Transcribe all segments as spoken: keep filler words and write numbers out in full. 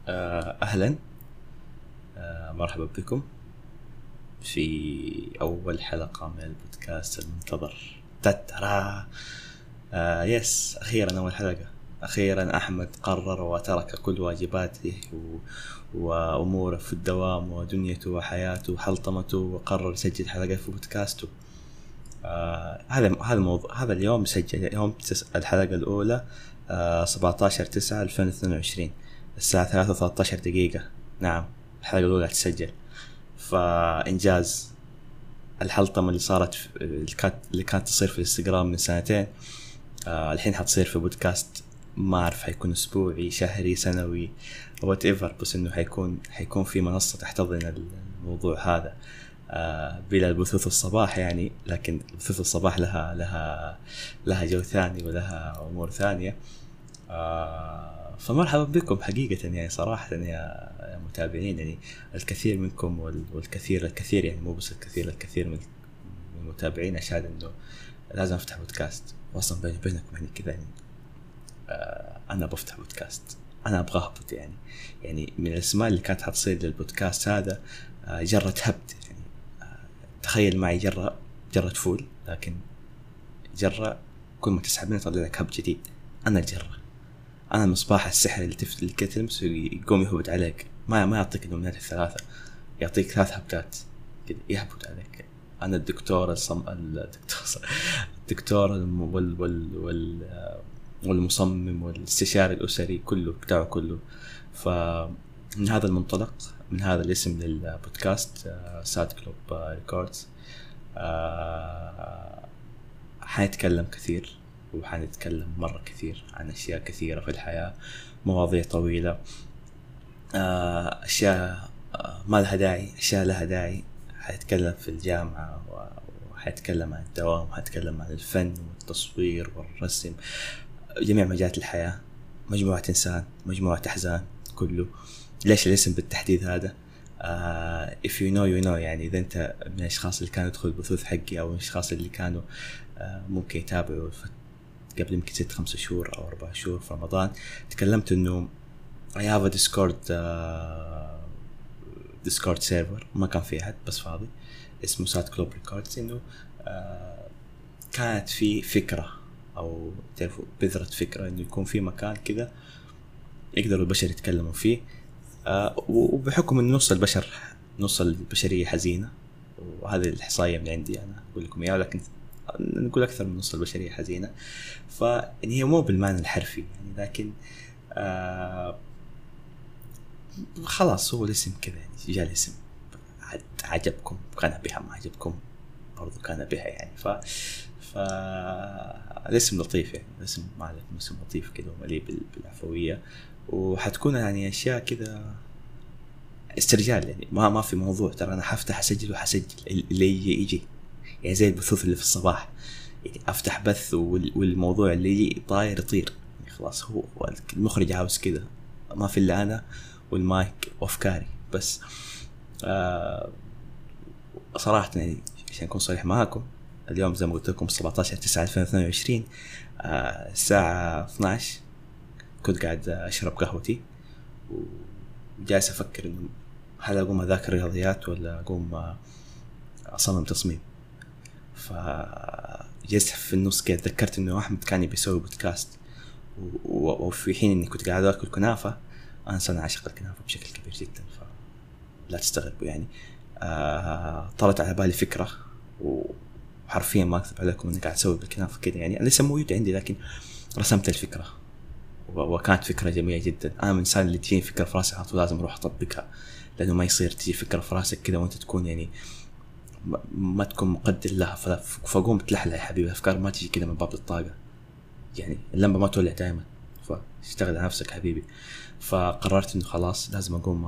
آه، أهلا. آه، مرحبا بكم في أول حلقة من البودكاست المنتظر. تترى آه، يس أخيرا أول حلقة. أخيرا أحمد قرر وترك كل واجباته و... وأموره في الدوام ودنيته وحياته وحلطمته وقرر يسجل حلقة في بودكاسته. آه، هذا هذا الموضوع. هذا اليوم سجل يوم الحلقة الأولى آه، سبعة عشر تسعة ألفين واثنين وعشرين الساعة ثلاثة وثلاثة عشر دقيقة. نعم الحلقة الأولى تسجل. فإنجاز. الحلطمة اللي صارت اللي كانت اللي كانت تصير في الانستغرام من سنتين آه الحين حتصير في بودكاست. ما أعرف حيكون أسبوعي شهري سنوي whatever، بس إنه حيكون حيكون في منصة تحتضن الموضوع هذا آه بلا البثوث الصباح يعني. لكن بثوث الصباح لها لها لها جو ثاني ولها أمور ثانية. آه فمرحبا بكم حقيقة يعني صراحة يا متابعين، يعني الكثير منكم والكثير الكثير يعني مو بس الكثير الكثير من المتابعين أشهد إنه لازم أفتح بودكاست. وأصلا بيني وبينكم يعني كذا يعني آه أنا بفتح بودكاست، أنا أبغى أهبط يعني. يعني من الأسماء اللي كانت حتصير للبودكاست هذا آه جرة هبد يعني. آه تخيل معي جرة جرة فول، لكن جرة كل ما تسحبين يطلع لك هب جديد. أنا الجرة، أنا المصباح السحري اللي تفت اللي تلمس يقوم يهبط عليك. ما ما يعطيك النوميات الثلاثة، يعطيك ثلاث هبتات كده يهبط عليك. أنا الدكتور الصم الدكتور الدكتور وال وال وال والمصمم والاستشاري الأسري كله بتاعه كله. فمن هذا المنطلق، من هذا الاسم للبودكاست ساد كلوب ريكوردز، حنتكلم كثير وحنتكلم مرة كثير عن أشياء كثيرة في الحياة، مواضيع طويلة، أشياء ما لها داعي، أشياء لها داعي. حنتكلم في الجامعة وحنتكلم عن الدوام وحنتكلم عن الفن والتصوير والرسم، جميع مجالات الحياة. مجموعة إنسان، مجموعة أحزان، كله. ليش الاسم بالتحديد هذا؟ uh, if you know you know يعني إذا أنت من الأشخاص اللي كانوا يدخلوا البثوث حقي أو من الأشخاص اللي كانوا uh, ممكن يتابعوا قبل يمكن ست خمسة شهور أو أربع شهور في رمضان، تكلمت إنه I have a Discord uh, Discord server ما كان في أحد بس فاضي، اسمه ساد كلوب ريكوردز. إنه uh, كانت في فكرة أو تعرفوا بذرة فكرة إنه يكون في مكان كذا يقدروا البشر يتكلموا فيه. آه وبحكم إن نص البشر نص البشرية حزينة، وهذه الإحصائية من عندي أنا أقول لكم إياها، لكن نقول أكثر من نص البشرية حزينة. فإن هي مو بالمعنى الحرفي يعني، لكن آه خلاص هو الاسم كذا يعني، جاء الاسم عجبكم كان بها، ما عجبكم برضو كان بها يعني. ف فالاسم لطيف يعني، الاسم معلق اسم لطيف كده ومليء بالعفوية، وحتكون يعني أشياء كده استرجال يعني. ما ما في موضوع، ترى أنا حفتح أسجل وحسجل اللي يجي يجي يعني، زي البثوث اللي في الصباح يعني، أفتح بث والموضوع اللي يجي طاير يطير يعني. خلاص هو المخرج عاوز كده، ما في إلا أنا والمايك وأفكاري بس. آه صراحة يعني عشان أكون صريح معاكم، اليوم زي ما قلت لكم سبعة عشر تسعة ألفين واثنين وعشرين آه الساعة اثناشر، كنت قاعد أشرب قهوتي وجالس أفكر إنه هل أقوم أذاكر رياضيات ولا أقوم أصمم تصميم. فجلست في النص كده تذكرت إنه أحمد كان بيسوي بودكاست، وفي حين إني كنت قاعد أكل كنافة. أنا إنسان عاشق الكنافة بشكل كبير جدا، فلا تستغربوا يعني. آه طلعت على بالي فكرة، وحرفيا ما أكذب عليكم إني قاعد أسوي بالكنافة كده يعني. أنا لسه موجود عندي، لكن رسمت الفكرة وكانت فكرة جميلة جدا. أنا من الإنسان اللي تجيني فكرة في راسي على لازم أروح أطبقها، لأنه ما يصير تجي فكرة في راسك كده وأنت تكون يعني ما تكون مقدر لها، فقوم تلحلها يا حبيبي. الأفكار ما تجي كده من باب الطاقة يعني، اللمبة ما تولع دائما، فاشتغل على نفسك حبيبي. فقررت إنه خلاص لازم أقوم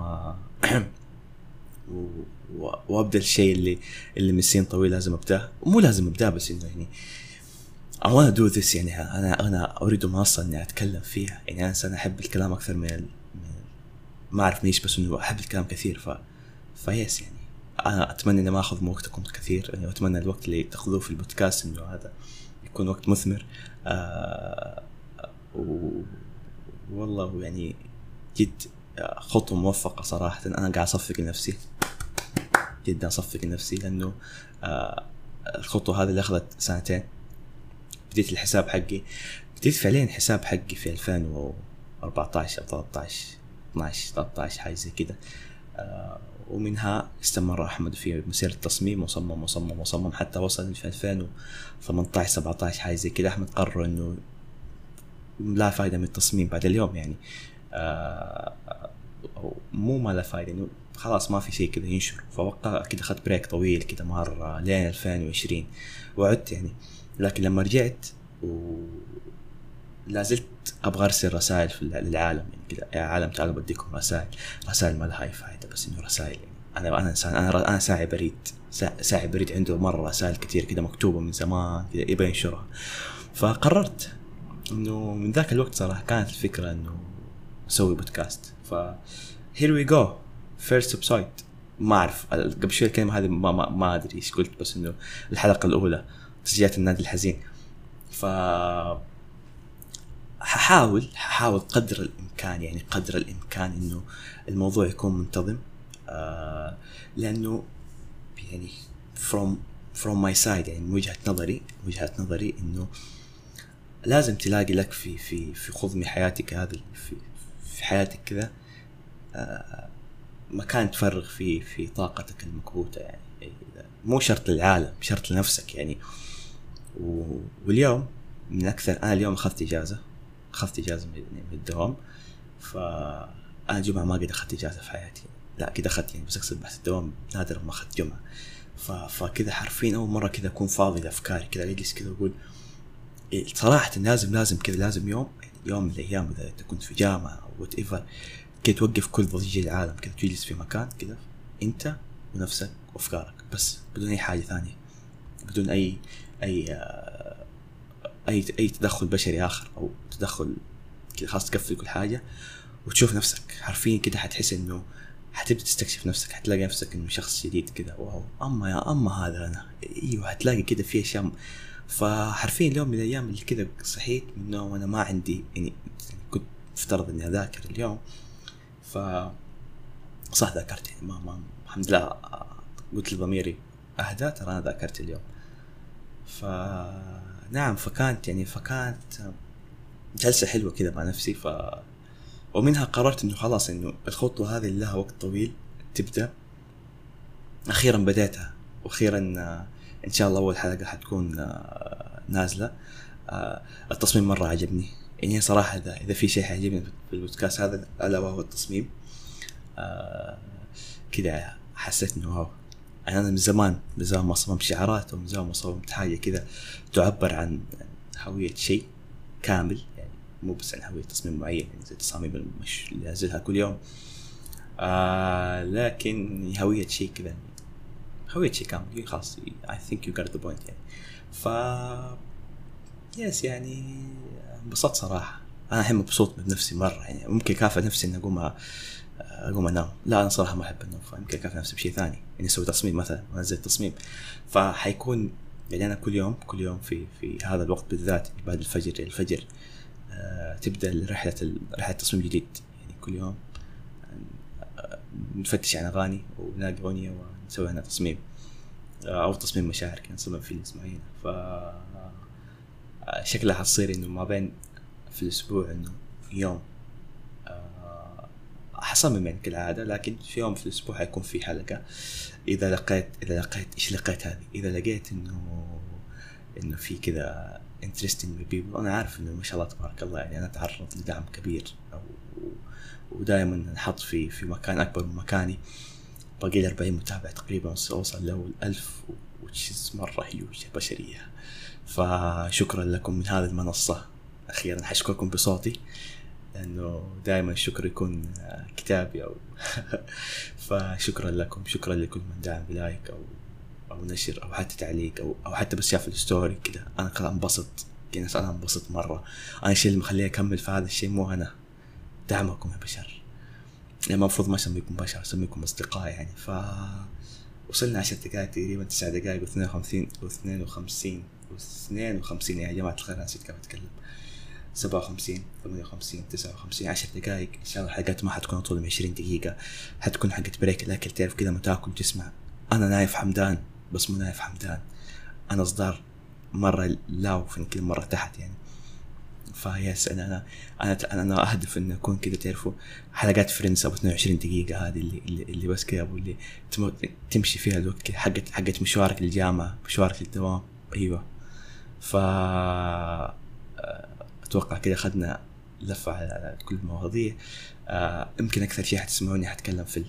وأبدأ الشيء اللي اللي من سنين طويل لازم أبدأ، ومو لازم أبدأ بس إنه يعني I wanna do this يعني. أنا أنا أريد منصة إني أتكلم فيها يعني. أنا أنا أحب الكلام أكثر من, ال... من ما أعرف ليش، بس إنه أحب الكلام كثير. ف فيس يعني أنا أتمنى إني ما أخذ وقتكم كثير يعني، وأتمنى الوقت اللي تأخذوه في البودكاست إنه هذا يكون وقت مثمر. آه... و... والله يعني جد خطوة موفقة صراحة. أنا قاعد أصفق لنفسي جدا، أصفق لنفسي لأنه آه الخطوة هذه اللي أخذت سنتين. بديت الحساب حقي، بديت فعليا حساب حقي في ألفين وأربعتاشر أو ثلاثة عشر اثنا عشر ثلاثة عشر حاجة زي كده. آه ومنها استمر أحمد في مسيرة التصميم، وصمم وصمم وصمم حتى وصل في ألفين وثمانية عشر سبعة عشر حاجة زي كده. أحمد قرر إنه لا فائدة من التصميم بعد اليوم يعني. آه مو ما لا فائدة، إنه خلاص ما في شيء كذا ينشر. فوقع كده أخذت بريك طويل كده مرة لين ألفين وعشرين وعدت يعني. لكن لما رجعت ولازلت أبغى أرسل رسائل في للعالم يعني كده، يا عالم تعالوا بديكم رسائل، رسائل ما لها أي فائدة بس إنه رسائل يعني. أنا أنا إنسان، أنا أنا ساعي بريد، ساعي بريد عنده مرة رسائل كتير كده مكتوبة من زمان كده يبغى ينشرها. فقررت إنه من ذاك الوقت صراحة كانت الفكرة إنه أسوي بودكاست. ف here we go first episode. ما أعرف قبل شوي الكلمة هذه ما ما, ما أدري إيش قلت، بس إنه الحلقة الأولى تسجيلات النادي الحزين. ف ححاول ححاول قدر الإمكان يعني قدر الإمكان إنه الموضوع يكون منتظم. آه لأنه يعني from from my side يعني من وجهة نظري وجهة نظري إنه لازم تلاقي لك في في في خضم حياتك هذا، في في حياتك كذا آه مكان تفرغ فيه في طاقتك المكبوتة يعني. مو شرط للعالم، شرط لنفسك يعني. واليوم من أكثر، أنا اليوم أخذت إجازة أخذت إجازة من الدوام. فأنا جمعة ما قد أخذت إجازة في حياتي، لا كده أخذت يعني، بس أقصد بعد الدوام نادر ما أخذت جمعة. فكذا حرفيا أول مرة كذا أكون فاضي لأفكاري كذا، أجلس كذا أقول صراحة لازم لازم كذا لازم يوم يعني يوم من الأيام إذا أنت كنت في جامعة أو whatever كي توقف كل ضجيج العالم كذا، تجلس في مكان كذا أنت ونفسك وأفكارك بس، بدون أي حاجة ثانية، بدون أي أي أي أي تدخل بشري آخر أو تدخل كذا. خلاص تقفل كل حاجة وتشوف نفسك حرفيا كده. حتحس إنه حتبدأ تستكشف نفسك، حتلاقي نفسك إنه شخص جديد كده. واو أما يا أما هذا أنا، أيوه هتلاقي كده فيه شم. فحرفيا اليوم من الأيام اللي كده صحيت من النوم وأنا ما عندي يعني، كنت افترض إني أذاكر اليوم، ف صح ذاكرت يعني ما ما الحمد لله. قلت لضميري أهدى ترى أنا ذاكرت اليوم. فنعم فكانت يعني فكانت جلسة حلوة كده مع نفسي. ف ومنها قررت إنه خلاص إنه الخطوة هذه اللي لها وقت طويل تبدأ. أخيرا بدأتها، وأخيرا إن شاء الله أول حلقة حتكون نازلة. التصميم مرة عجبني يعني صراحة. إذا إذا في شيء حيعجبني في البودكاست هذا ألا وهو التصميم. كده حسيت إنه واو، أنا من زمان من زمان ما صممت شعارات، ومن زمان ما صممت حاجة كده تعبر عن هوية شيء كامل يعني، مو بس عن هوية تصميم معين يعني زي التصاميم المش اللي أنزلها كل يوم. آه لكن هوية شيء كذا، هوية شيء كامل خلاص. I think you got the point يعني. ف يس يعني انبسطت صراحة. أنا الحين مبسوط بنفسي مرة يعني. ممكن كافة نفسي إن أقوم أقوم أنام، لا أنا صراحة ما أحب النوم. فممكن كافة نفسي بشيء ثاني إني أسوي تصميم مثلا وأنزل تصميم. فحيكون يعني أنا كل يوم كل يوم في في هذا الوقت بالذات بعد الفجر الفجر آه تبدأ رحلة رحلة تصميم جديد يعني. كل يوم نفتش عن أغاني ونلاقي أغنية ونسوي لها تصميم آه أو تصميم مشاعر كان نصمم فيلز معينة. ف شكلها حتصير إنه ما بين في الأسبوع إنه يوم آه حصمم يعني كالعادة، لكن في يوم في الأسبوع حيكون في حلقة. إذا لقيت إذا لقيت إيش لقيت هذه إذا لقيت إنه إنه في كذا interesting people. أنا عارف إنه ما شاء الله تبارك الله يعني أنا أتعرض لدعم كبير أو ودائما نحط في في مكان أكبر من مكاني. باقي لي أربعين متابع تقريبا أوصل له الألف، وتشيز مرة هيوجة بشرية. فشكرا لكم من هذه المنصة. أخيرا حشكركم بصوتي لأنه دائما الشكر يكون كتابي أو فشكرا لكم، شكرا لكل من دعم بلايك أو أو نشر أو حتى تعليق أو أو حتى بس شاف الستوري كده. أنا كده انبسط كنا أنا انبسط مرة. أنا الشيء اللي مخليني أكمل في هذا الشيء مو أنا، دعمكم يا بشر. يعني المفروض ما أسميكم بشر، أسميكم أصدقاء يعني. ف وصلنا عشر دقائق تقريبا، تسع دقائق واثنين وخمسين واثنين وخمسين واثنين وخمسين يا جماعة الخير. أنا نسيت كيف أتكلم. سبعة وخمسين ثمانية وخمسين تسعة وخمسين عشر دقائق. إن شاء الله الحلقات ما حتكون أطول من عشرين دقيقة، حتكون حلقة بريك الأكل. تعرف كذا متاكل تسمع أنا نايف حمدان بس مو نايف حمدان، أنا إصدار مرة لاو في كل مرة تحت يعني. فيس أنا أنا أنا أنا أهدف إن أكون كذا تعرفوا حلقات فريندز أو اثنين وعشرين دقيقة هذه اللي اللي, اللي بس كذا أبو اللي تمشي فيها الوقت كذا، حقت حقت مشوارك للجامعة مشوارك للدوام. أيوة. ف أتوقع كذا أخذنا لفة على كل المواضيع. يمكن أكثر شيء حتسمعوني حتكلم في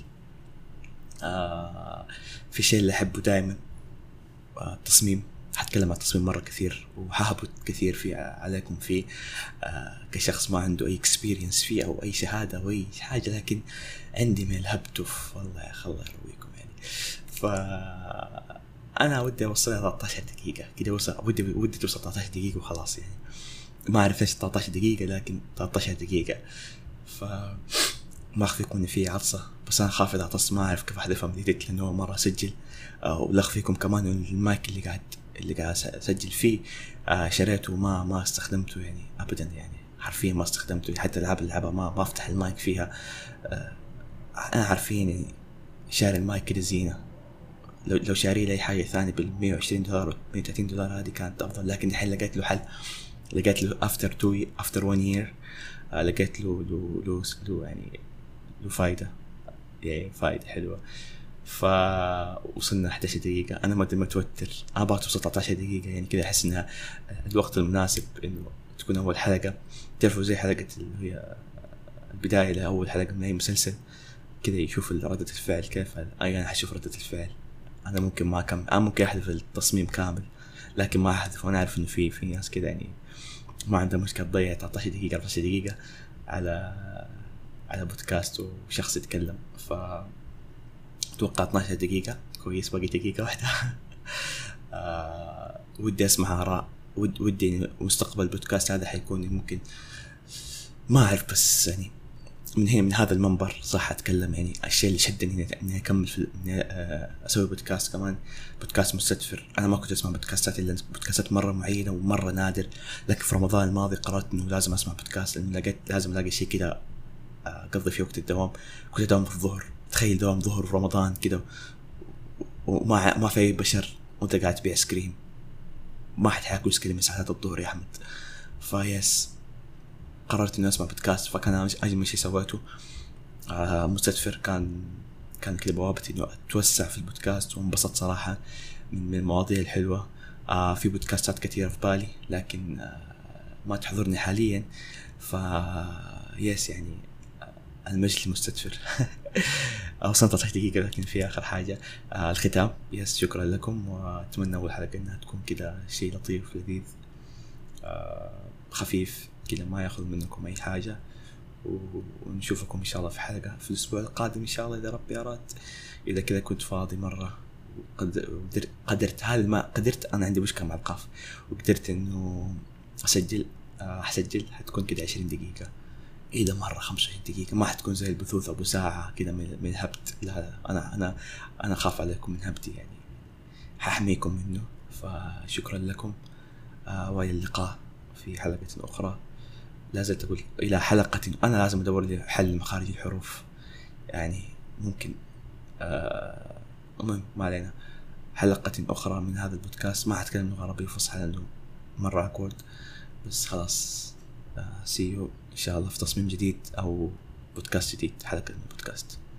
في شيء اللي أحبه دائما، التصميم. حتكلم عن التصميم مرة كثير وحهبط كثير في عليكم فيه آه كشخص ما عنده أي experience فيه أو أي شهادة أو أي حاجة، لكن عندي من الهبت والله يا أخي الله يرويكم يعني. فأنا ودي أوصلها ثلاثة عشر دقيقة كده، وصل ودي ودي توصل ثلاثة عشر دقيقة وخلاص يعني. ما أعرف ليش ثلاثة عشر دقيقة لكن ثلاثة عشر دقيقة. ف ما أخفيكم إن في عطسة، بس أنا خاف إذا عطست ما أعرف كيف أحذفها من الإيديت لأنه مرة أسجل. آه ولا أخفيكم كمان المايك اللي قاعد اللي قاعد أسجل فيه آه شريته وما ما استخدمته يعني أبدا، يعني حرفيا ما استخدمته. حتى الألعاب اللي ألعبها ما ما أفتح المايك فيها. آه أنا عارفين يعني شاري المايك كده زينة، لو لو شاري لي حاجة ثانية بالمية وعشرين دولار مية وثلاثين دولار هذه كانت أفضل، لكن الحين لقيت له حل. لقيت له after two after one year آه لقيت له له له, له يعني له فايدة يعني فايدة حلوة. فوصلنا إحدى عشرة دقيقة. أنا ما متوتر، أنا بغيت أوصل ثلاثة عشر دقيقة يعني كذا أحس إنها الوقت المناسب إنه تكون أول حلقة. تعرفوا زي حلقة اللي هي البداية لأول حلقة من أي مسلسل كذا، يشوف ردة الفعل كيف. أي أنا حشوف ردة الفعل. أنا ممكن ما كم أنا ممكن أحذف التصميم كامل لكن ما أحذف، وأنا أعرف إنه في في ناس كذا يعني ما عندها مشكلة تضيع ثلاثة عشر دقيقة أربعة عشر دقيقة على على بودكاست وشخص يتكلم. ف أتوقع اثنتي عشرة دقيقة كويس، باقي دقيقة واحدة. آه ودي أسمع آراء، ود ودي مستقبل البودكاست هذا حيكون ممكن ما أعرف، بس يعني من هنا من هذا المنبر صح أتكلم يعني الشيء اللي شدني إني أكمل في إني أسوي بودكاست كمان، بودكاست مستدفر. أنا ما كنت أسمع بودكاستات إلا بودكاستات مرة معينة ومرة نادر، لكن في رمضان الماضي قررت إنه لازم أسمع بودكاست لأن لقيت لازم ألاقي شيء كده أقضي في وقت الدوام. كنت أداوم في الظهر، تخيل دوام ظهر في رمضان كده وما ما في أي بشر وأنت قاعد تبيع سكريم، ما حد حياكل سكريم ساعات الظهر يا أحمد. فيس قررت إني أسمع بودكاست، فكان أجمل شيء سويته آه مستدفر. كان كان كده بوابتي إنه أتوسع في البودكاست وانبسط صراحة من المواضيع الحلوة. آه في بودكاستات كثيرة في بالي لكن آه ما تحضرني حاليا. ف يس يعني المجلس المستدفر. أوصلت ثلاثة عشر دقيقة لكن في آخر حاجة آه الختام. يس شكرا لكم، وأتمنى أول حلقة إنها تكون كده شيء لطيف لذيذ آه خفيف كده ما يأخذ منكم أي حاجة، ونشوفكم إن شاء الله في حلقة في الأسبوع القادم إن شاء الله إذا ربي أراد. إذا كذا كنت فاضي مرة وقدرت قدرت هذا ما قدرت أنا عندي مشكلة مع القاف وقدرت إنه أسجل آه أسجل حتكون كده عشرين دقيقة. إذا مرة خمسة وعشرين دقيقة ما حتكون زي البثوث أبو ساعة كده من من الهبت. لا أنا أنا أنا خاف عليكم من هبتي يعني، ححميكم منه. فشكرا لكم آه وإلى اللقاء في حلقة أخرى. لازم تقول إلى حلقة أنا لازم أدور لي حل مخارج الحروف يعني ممكن آه ما علينا. حلقة أخرى من هذا البودكاست ما حتكلم لغة عربية فصحى لأنه مرة أكورد، بس خلاص آه سيو إن شاء الله في تصميم جديد أو بودكاست جديد، حلقة من بودكاست.